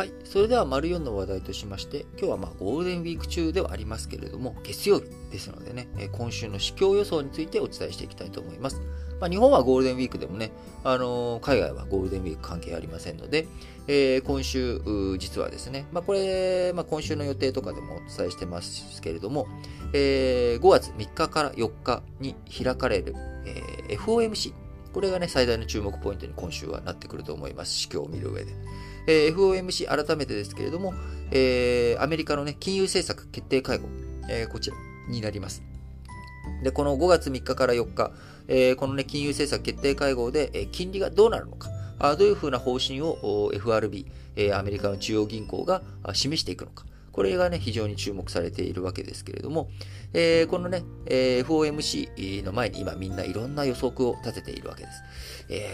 はい。それでは、丸4の話題としまして、今日はゴールデンウィーク中ではありますけれども、月曜日ですのでね、今週の市況予想についてお伝えしていきたいと思います。日本はゴールデンウィークでもね、海外はゴールデンウィーク関係ありませんので、今週、実はですね、これ、今週の予定とかでもお伝えしてますけれども、5月3日から4日に開かれる、FOMC。これがね、最大の注目ポイントに今週はなってくると思います。市況を見る上で。FOMC 改めてですけれども、アメリカのね、金融政策決定会合、こちらになります。で、この5月3日から4日、このね、金融政策決定会合で、金利がどうなるのか、どういうふうな方針を FRB、アメリカの中央銀行が示していくのか。これがね、非常に注目されているわけですけれども、このね、FOMC の前に今みんないろんな予測を立てているわけです。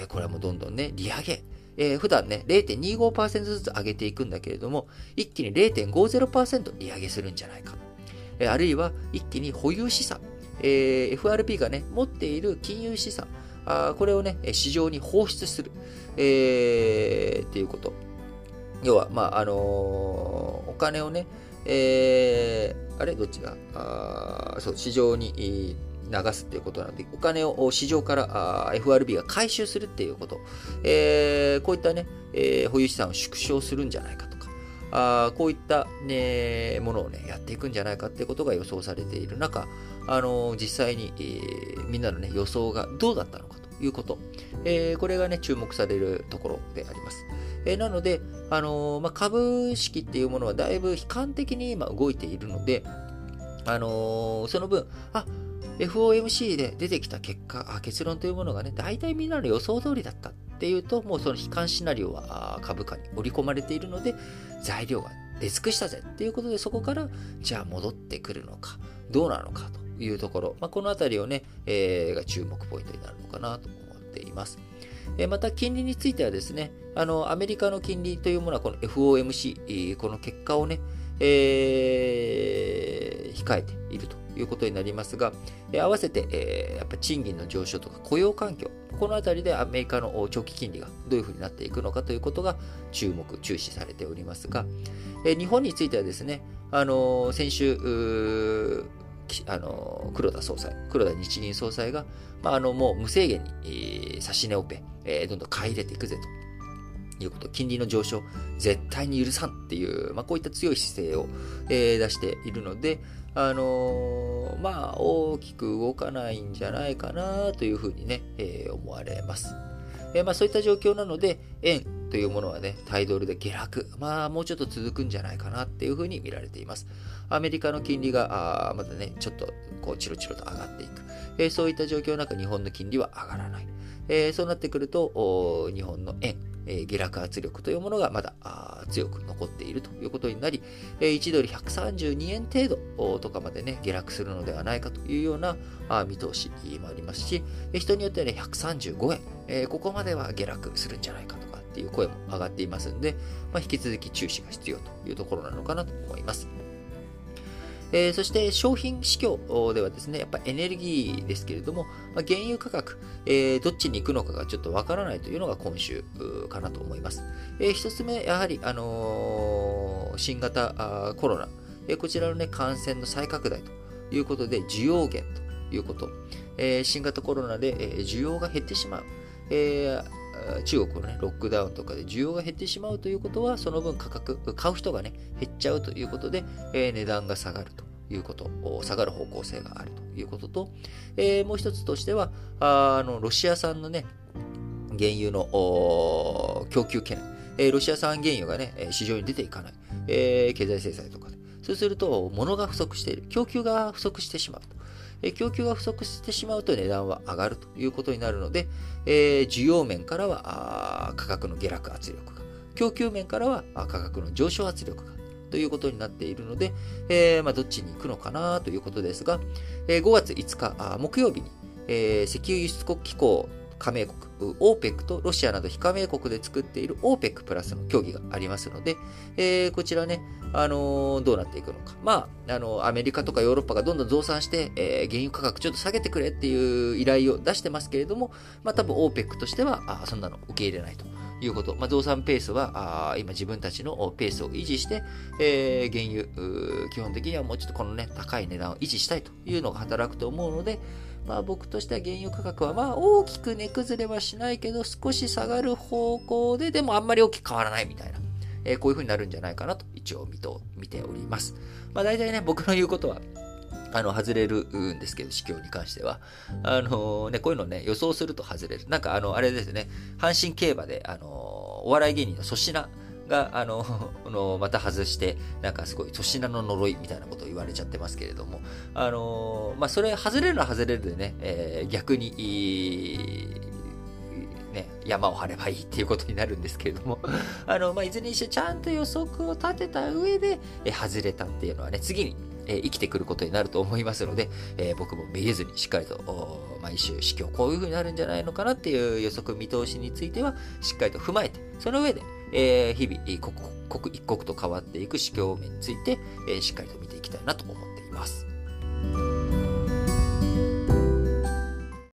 これはもうどんどんね、利上げ、普段ね、0.25% ずつ上げていくんだけれども、一気に 0.50% 利上げするんじゃないか。あるいは、一気に保有資産、FRB がね、持っている金融資産、これをね、市場に放出する、っていうこと。要は、お金をね、どっちだそう、市場に流すっていうことなので、お金を市場から FRB が回収するっていうこと。こういったね、保有資産を縮小するんじゃないかとか、こういった、ね、ものをね、やっていくんじゃないかっていうことが予想されている中、実際に、みんなのね、予想がどうだったのかということ。これがね、注目されるところであります。なので、株式っていうものはだいぶ悲観的に今動いているので、その分、FOMC で出てきた結論というものがね、大体みんなの予想通りだったっていうと、もうその悲観シナリオは株価に織り込まれているので、材料が出尽くしたぜっていうことで、そこから、じゃあ戻ってくるのか、どうなのかというところ、このあたりをね、が注目ポイントになるのかなと思っています。また、金利についてはですね、アメリカの金利というものは、この FOMC、この結果をね、控えているということになりますが、合わせて、やっぱ賃金の上昇とか雇用環境、このあたりでアメリカの長期金利がどういうふうになっていくのかということが注視されておりますが、日本についてはですね、先週、黒田日銀総裁が、もう無制限に、指し値オペ、どんどん買い入れていくぜということ、金利の上昇、絶対に許さんっていう、こういった強い姿勢を、出しているので、大きく動かないんじゃないかなというふうにね、思われます。そういった状況なので、円というものはね、対ドルで下落、もうちょっと続くんじゃないかなっていうふうに見られています。アメリカの金利が、まだね、ちょっと、チロチロと上がっていく。そういった状況の中、日本の金利は上がらない。そうなってくると、日本の円、下落圧力というものがまだ強く残っているということになり、1ドル132円程度とかまでね、下落するのではないかというような見通しもありますし、人によってはね、135円、ここまでは下落するんじゃないかとかっていう声も上がっていますので、引き続き注視が必要というところなのかなと思います。そして商品市況ではですね、やっぱエネルギーですけれども、原油価格、どっちに行くのかがちょっとわからないというのが今週かなと思います。一つ目、やはり、新型コロナ、こちらのね、感染の再拡大ということで、需要減ということ、新型コロナで、需要が減ってしまう。中国のね、ロックダウンとかで需要が減ってしまうということは、その分買う人がね、減っちゃうということで、値段が下がるということ、下がる方向性があるということと、もう一つとしては、ロシア産のね、原油の供給懸念、ロシア産原油がね、市場に出ていかない、経済制裁とかで、そうすると、物が不足している、供給が不足してしまうと。供給が不足してしまうと値段は上がるということになるので、需要面からは価格の下落圧力が、供給面からは価格の上昇圧力がということになっているので、どっちに行くのかなということですが、5月5日木曜日に、石油輸出国機構加盟国、OPEC とロシアなど非加盟国で作っている OPEC プラスの協議がありますので、こちらね、どうなっていくのか。アメリカとかヨーロッパがどんどん増産して、原油価格ちょっと下げてくれっていう依頼を出してますけれども、多分 OPEC としては、そんなの受け入れないということ。増産ペースは、今自分たちのペースを維持して、原油、基本的にはもうちょっとこのね、高い値段を維持したいというのが働くと思うので、僕としては原油価格は大きく値崩れはしないけど少し下がる方向で、でもあんまり大きく変わらないみたいな、こういう風になるんじゃないかなと一応見ております。大体ね、僕の言うことは外れるんですけど、市況に関しては。こういうのね、予想すると外れる。なんかあれですね、阪神競馬で、お笑い芸人の粗品が、また外して、なんかすごい粗品の呪いみたいなことを言われちゃってますけれども、それ外れるのは外れるでね、逆に、ね、山を張ればいいっていうことになるんですけれどもいずれにしてちゃんと予測を立てた上で、外れたっていうのはね、次に、生きてくることになると思いますので、僕もめげずにしっかりと毎週市況こういう風になるんじゃないのかなっていう予測見通しについてはしっかりと踏まえて、その上で、日々刻一刻と変わっていく市況面について、しっかりと見ていきたいなと思っています。